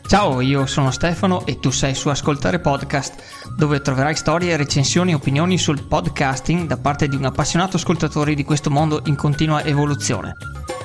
Ciao, io sono Stefano e tu sei su Ascoltare Podcast, dove troverai storie, recensioni e opinioni sul podcasting da parte di un appassionato ascoltatore di questo mondo in continua evoluzione.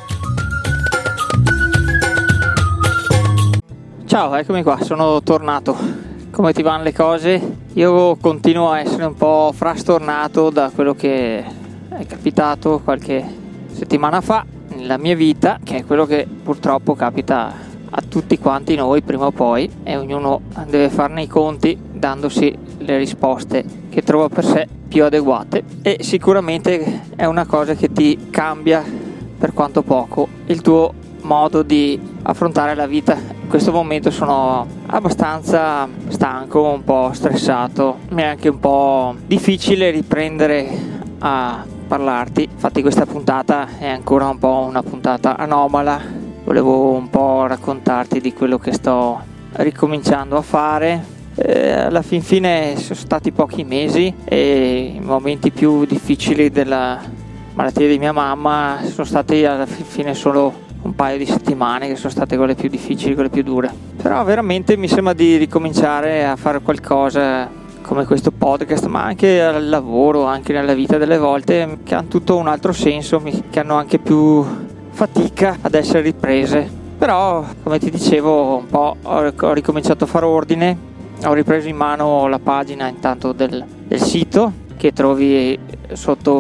Ciao, eccomi qua, sono tornato. Come ti vanno le cose? Io continuo a essere un po' frastornato da quello che è capitato qualche settimana fa nella mia vita, che è quello che purtroppo capita a tutti quanti noi prima o poi, e ognuno deve farne i conti dandosi le risposte che trova per sé più adeguate, e sicuramente è una cosa che ti cambia per quanto poco il tuo modo di affrontare la vita. In questo momento sono abbastanza stanco, un po' stressato, mi è anche un po' difficile riprendere a parlarti. Infatti questa puntata è ancora un po' una puntata anomala. Volevo un po' raccontarti di quello che sto ricominciando a fare. Alla fin fine sono stati pochi mesi e i momenti più difficili della malattia di mia mamma sono stati alla fin fine solo un paio di settimane, che sono state quelle più difficili, quelle più dure. Però veramente mi sembra di ricominciare a fare qualcosa come questo podcast, ma anche al lavoro, anche nella vita delle volte, che hanno tutto un altro senso, che hanno anche più fatica ad essere riprese. Però, come ti dicevo, un po' ho ricominciato a fare ordine, ho ripreso in mano la pagina intanto del sito, che trovi sotto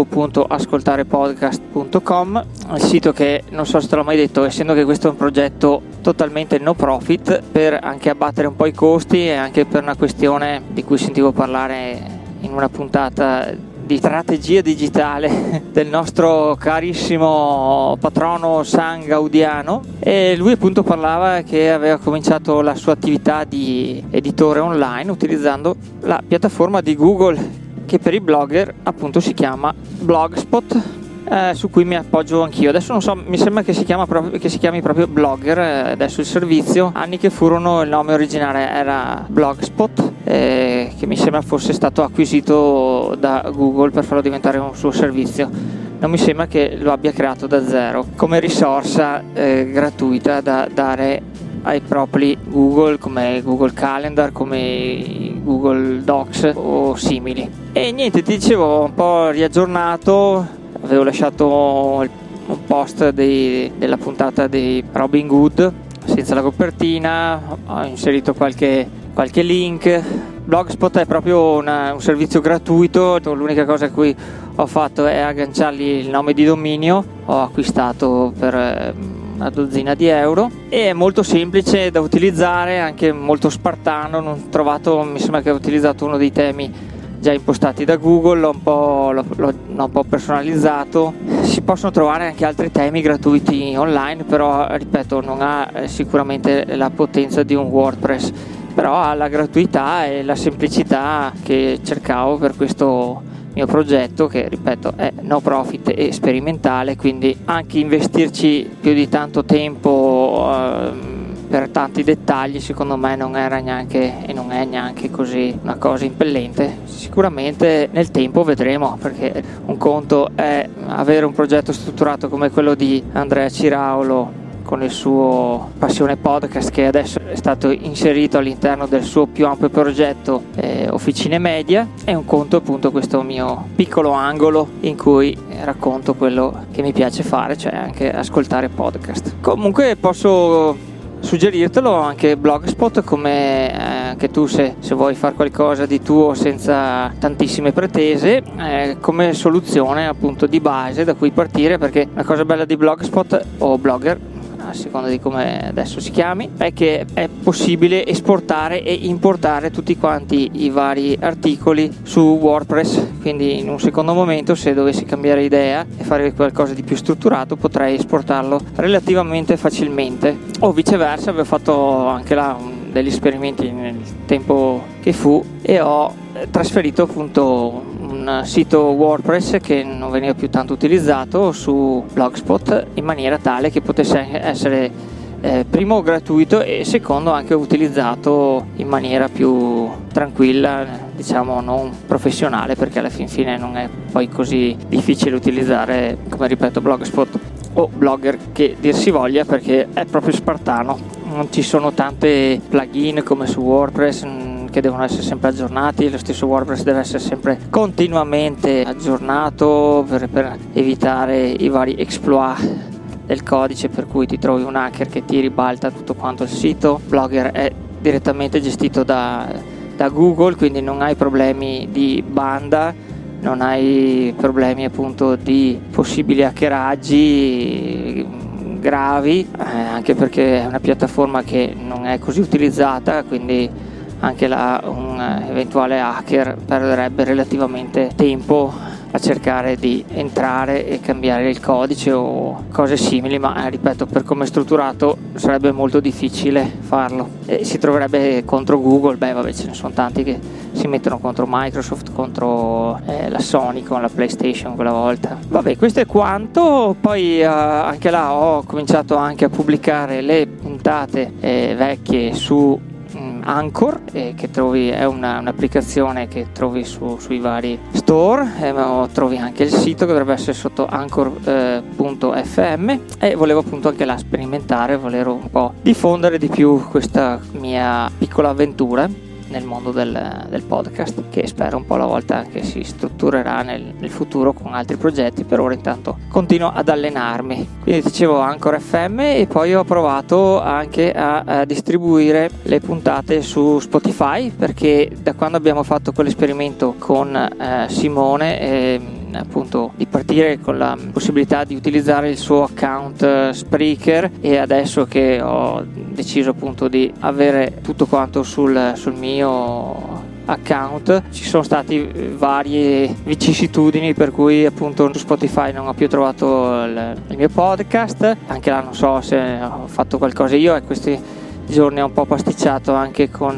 www.ascoltarepodcast.com, il sito che, non so se te l'ho mai detto, essendo che questo è un progetto totalmente no profit, per anche abbattere un po' i costi e anche per una questione di cui sentivo parlare in una puntata di strategia digitale del nostro carissimo patrono San Gaudiano, e lui appunto parlava che aveva cominciato la sua attività di editore online utilizzando la piattaforma di Google, che per i blogger appunto si chiama Blogspot, su cui mi appoggio anch'io. Adesso non so, mi sembra che si chiami proprio Blogger adesso il servizio. Anni che furono il nome originale era Blogspot, che mi sembra fosse stato acquisito da Google per farlo diventare un suo servizio. Non mi sembra che lo abbia creato da zero come risorsa gratuita da dare ai propri Google, come Google Calendar, come Google Docs o simili. E niente, ti dicevo, un po' riaggiornato. Avevo lasciato un post della puntata di Robin Hood senza la copertina, ho inserito qualche link. Blogspot è proprio un servizio gratuito, l'unica cosa a cui ho fatto è agganciargli il nome di dominio, ho acquistato per una dozzina di euro, e è molto semplice da utilizzare, anche molto spartano. Non ho trovato, mi sembra che ho utilizzato uno dei temi già impostati da Google, l'ho un po' personalizzato. Si possono trovare anche altri temi gratuiti online, però ripeto, non ha sicuramente la potenza di un WordPress, però ha la gratuità e la semplicità che cercavo per questo mio progetto, che ripeto è no profit e sperimentale, quindi anche investirci più di tanto tempo per tanti dettagli secondo me non era neanche, e non è neanche così una cosa impellente. Sicuramente nel tempo vedremo, perché un conto è avere un progetto strutturato come quello di Andrea Ciraulo con il suo Passione Podcast, che adesso è stato inserito all'interno del suo più ampio progetto Officine Media, e un conto appunto questo mio piccolo angolo in cui racconto quello che mi piace fare, cioè anche ascoltare podcast. Comunque posso suggerirtelo anche Blogspot, come anche tu se vuoi fare qualcosa di tuo senza tantissime pretese, come soluzione appunto di base da cui partire, perché la cosa bella di Blogspot o Blogger, a seconda di come adesso si chiami, è che è possibile esportare e importare tutti quanti i vari articoli su WordPress, quindi in un secondo momento, se dovessi cambiare idea e fare qualcosa di più strutturato, potrei esportarlo relativamente facilmente, o viceversa. Avevo fatto anche là degli esperimenti nel tempo che fu, e ho trasferito appunto un sito WordPress che non veniva più tanto utilizzato su Blogspot, in maniera tale che potesse essere primo gratuito e secondo anche utilizzato in maniera più tranquilla, diciamo non professionale, perché alla fin fine non è poi così difficile utilizzare, come ripeto, Blogspot o Blogger che dir si voglia, perché è proprio spartano, non ci sono tante plugin come su WordPress che devono essere sempre aggiornati. Lo stesso WordPress deve essere sempre continuamente aggiornato per evitare i vari exploit del codice, per cui ti trovi un hacker che ti ribalta tutto quanto il sito. Blogger è direttamente gestito da Google, quindi non hai problemi di banda, non hai problemi appunto di possibili hackeraggi gravi, anche perché è una piattaforma che non è così utilizzata, quindi anche un eventuale hacker perderebbe relativamente tempo a cercare di entrare e cambiare il codice o cose simili, ma ripeto, per come è strutturato sarebbe molto difficile farlo e si troverebbe contro Google. Ce ne sono tanti che si mettono contro Microsoft, contro la Sony con la PlayStation quella volta. Questo è quanto. Poi anche là ho cominciato anche a pubblicare le puntate vecchie su Anchor, che trovi, è un'applicazione che trovi sui vari store, ma trovi anche il sito che dovrebbe essere sotto anchor.fm, e volevo appunto anche là sperimentare, volevo un po' diffondere di più questa mia piccola avventura nel mondo del podcast, che spero un po' alla volta anche si strutturerà nel futuro con altri progetti. Per ora intanto continuo ad allenarmi. Quindi dicevo Anchor FM, e poi ho provato anche a distribuire le puntate su Spotify, perché da quando abbiamo fatto quell'esperimento con Simone appunto di partire con la possibilità di utilizzare il suo account Spreaker, e adesso che ho deciso appunto di avere tutto quanto sul mio account, ci sono stati varie vicissitudini per cui appunto su Spotify non ho più trovato il mio podcast. Anche là non so se ho fatto qualcosa io, e questi giorni ho un po' pasticciato anche con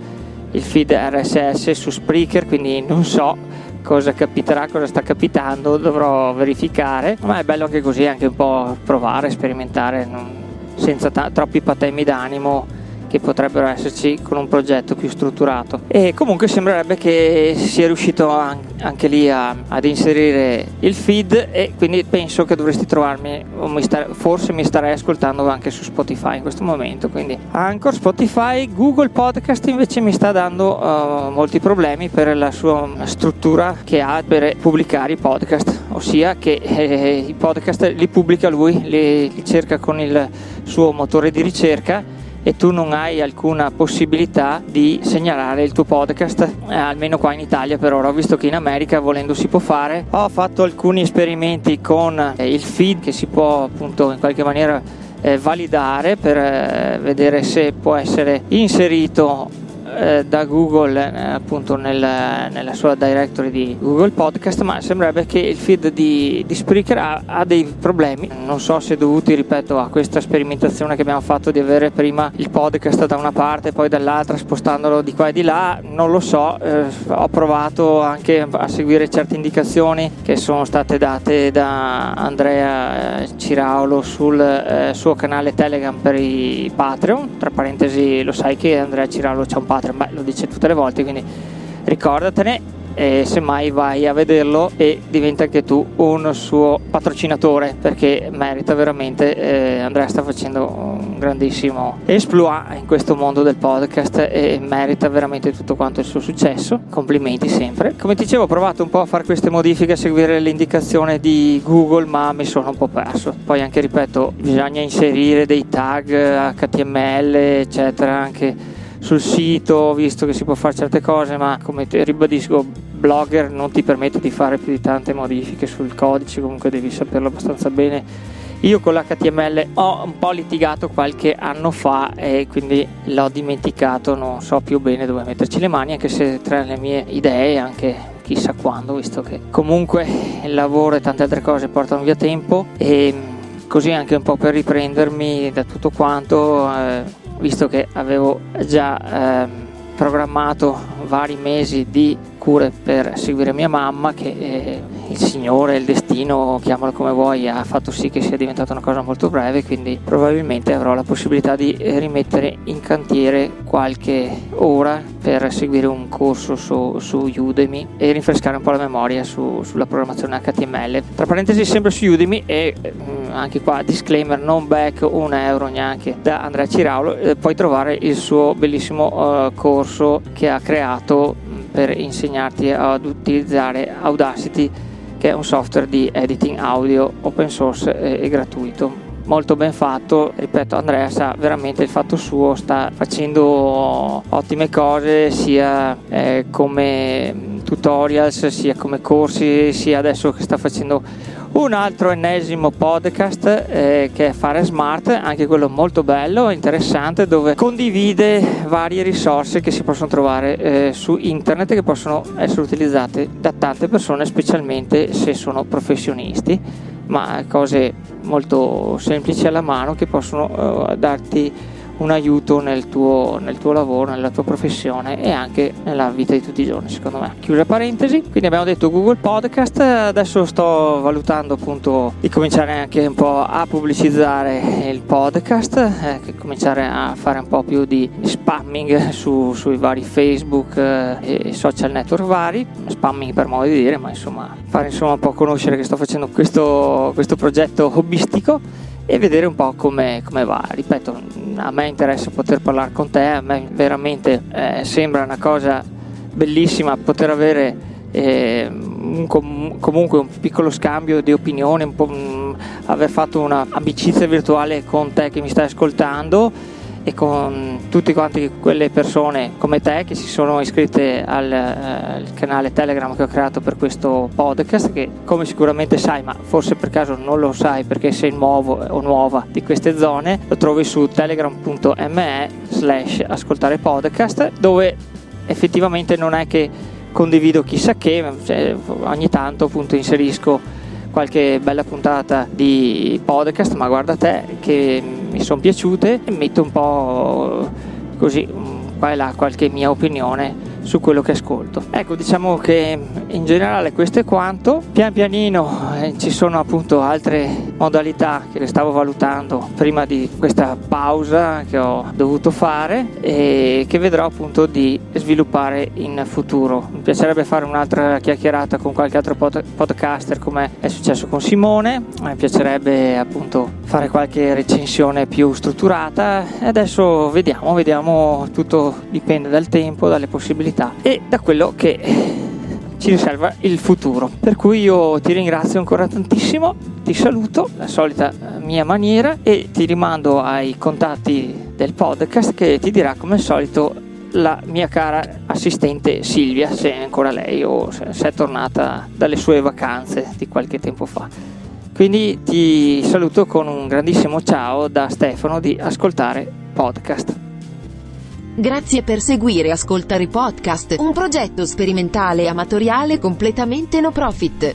il feed RSS su Spreaker, quindi non so cosa capiterà, cosa sta capitando, dovrò verificare, ma è bello anche così, anche un po' provare, sperimentare, senza troppi patemi d'animo che potrebbero esserci con un progetto più strutturato. E comunque sembrerebbe che sia riuscito anche lì ad inserire il feed, e quindi penso che dovresti trovarmi, forse mi starei ascoltando anche su Spotify in questo momento. Quindi Anchor, Spotify. Google Podcast invece mi sta dando molti problemi per la sua struttura che ha per pubblicare i podcast, ossia che i podcast li pubblica lui, li cerca con il suo motore di ricerca, e tu non hai alcuna possibilità di segnalare il tuo podcast, almeno qua in Italia per ora. Ho visto che in America volendo si può fare. Ho fatto alcuni esperimenti con il feed che si può appunto in qualche maniera validare per vedere se può essere inserito da Google appunto nella sua directory di Google Podcast, ma sembrerebbe che il feed di Spreaker ha dei problemi. Non so se dovuti, ripeto, a questa sperimentazione che abbiamo fatto di avere prima il podcast da una parte e poi dall'altra, spostandolo di qua e di là. Non lo so, ho provato anche a seguire certe indicazioni che sono state date da Andrea Ciraulo sul suo canale Telegram per i Patreon. Tra parentesi, lo sai che Andrea Ciraulo c'ha un Patreon? Lo dice tutte le volte, quindi ricordatene, e semmai vai a vederlo e diventa anche tu un suo patrocinatore, perché merita veramente. Andrea sta facendo un grandissimo exploit in questo mondo del podcast e merita veramente tutto quanto il suo successo. Complimenti sempre. Come dicevo, ho provato un po' a fare queste modifiche, a seguire l'indicazione di Google, ma mi sono un po' perso. Poi anche, ripeto, bisogna inserire dei tag HTML eccetera anche sul sito, visto che si può fare certe cose, ma come ribadisco, Blogger non ti permette di fare più di tante modifiche sul codice, comunque devi saperlo abbastanza bene. Io con l'HTML ho un po' litigato qualche anno fa e quindi l'ho dimenticato, non so più bene dove metterci le mani, anche se tra le mie idee, anche chissà quando, visto che comunque il lavoro e tante altre cose portano via tempo, e così anche un po' per riprendermi da tutto quanto, visto che avevo già programmato vari mesi di cure per seguire mia mamma, che il Signore, il destino, chiamalo come vuoi, ha fatto sì che sia diventata una cosa molto breve, quindi probabilmente avrò la possibilità di rimettere in cantiere qualche ora per seguire un corso su Udemy e rinfrescare un po' la memoria sulla programmazione HTML. Tra parentesi, sempre su Udemy, e anche qua disclaimer, non back €1 neanche da Andrea Ciraulo, puoi trovare il suo bellissimo corso che ha creato per insegnarti ad utilizzare Audacity, che è un software di editing audio open source e gratuito, molto ben fatto. Ripeto, Andrea sa veramente il fatto suo, sta facendo ottime cose sia come tutorials, sia come corsi, sia adesso che sta facendo un altro ennesimo podcast che è Fare Smart, anche quello molto bello, interessante, dove condivide varie risorse che si possono trovare su internet, che possono essere utilizzate da tante persone, specialmente se sono professionisti, ma cose molto semplici alla mano che possono darti un aiuto nel tuo lavoro, nella tua professione e anche nella vita di tutti i giorni, secondo me. Chiusa parentesi, quindi abbiamo detto Google Podcast. Adesso sto valutando appunto di cominciare anche un po' a pubblicizzare il podcast, cominciare a fare un po' più di spamming sui vari Facebook e social network vari, spamming per modo di dire, ma insomma fare un po' conoscere che sto facendo questo progetto hobbistico e vedere un po' come va. Ripeto, a me interessa poter parlare con te, a me veramente sembra una cosa bellissima poter avere comunque un piccolo scambio di opinioni, aver fatto una amicizia virtuale con te che mi stai ascoltando e con tutti quanti quelle persone come te che si sono iscritte al canale Telegram che ho creato per questo podcast, che come sicuramente sai, ma forse per caso non lo sai perché sei nuovo o nuova di queste zone, lo trovi su telegram.me/ascoltare podcast, dove effettivamente non è che condivido chissà che, ogni tanto appunto inserisco qualche bella puntata di podcast, ma guarda te che mi sono piaciute, e metto un po' così qua e là qualche mia opinione su quello che ascolto. Ecco, diciamo che in generale questo è quanto. Pian pianino ci sono appunto altre modalità che stavo valutando prima di questa pausa che ho dovuto fare e che vedrò appunto di sviluppare in futuro. Mi piacerebbe fare un'altra chiacchierata con qualche altro podcaster, come è successo con Simone. Mi piacerebbe appunto fare qualche recensione più strutturata, e adesso vediamo, tutto dipende dal tempo, dalle possibilità e da quello che ci riserva il futuro. Per cui io ti ringrazio ancora tantissimo, ti saluto la solita mia maniera e ti rimando ai contatti del podcast, che ti dirà come al solito la mia cara assistente Silvia, se è ancora lei o se è tornata dalle sue vacanze di qualche tempo fa. Quindi ti saluto con un grandissimo ciao da Stefano di Ascoltare Podcast. Grazie per seguire Ascoltare Podcast, un progetto sperimentale e amatoriale completamente no profit.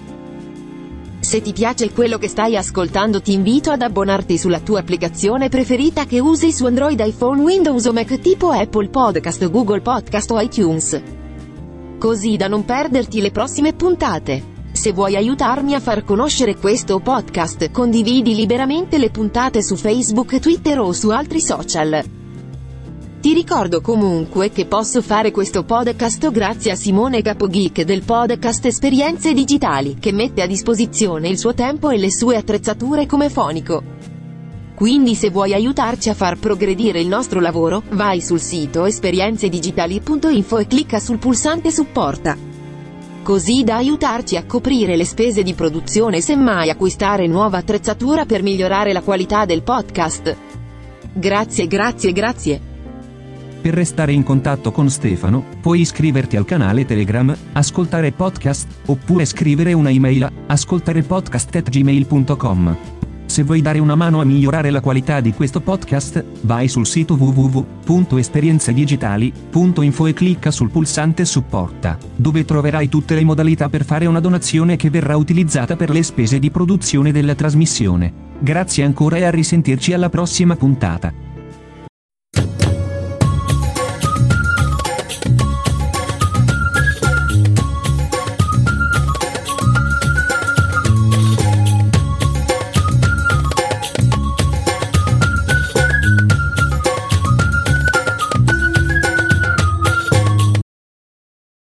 Se ti piace quello che stai ascoltando, ti invito ad abbonarti sulla tua applicazione preferita che usi su Android, iPhone, Windows o Mac, tipo Apple Podcast, Google Podcast o iTunes, così da non perderti le prossime puntate. Se vuoi aiutarmi a far conoscere questo podcast, condividi liberamente le puntate su Facebook, Twitter o su altri social. Ti ricordo comunque che posso fare questo podcast grazie a Simone Capogeek del podcast Esperienze Digitali, che mette a disposizione il suo tempo e le sue attrezzature come fonico. Quindi se vuoi aiutarci a far progredire il nostro lavoro, vai sul sito esperienzedigitali.info e clicca sul pulsante supporta, così da aiutarci a coprire le spese di produzione e semmai acquistare nuova attrezzatura per migliorare la qualità del podcast. Grazie. Per restare in contatto con Stefano, puoi iscriverti al canale Telegram, Ascoltare Podcast, oppure scrivere una email a ascoltarepodcast@gmail.com. Se vuoi dare una mano a migliorare la qualità di questo podcast, vai sul sito www.esperienzedigitali.info e clicca sul pulsante supporta, dove troverai tutte le modalità per fare una donazione che verrà utilizzata per le spese di produzione della trasmissione. Grazie ancora e a risentirci alla prossima puntata.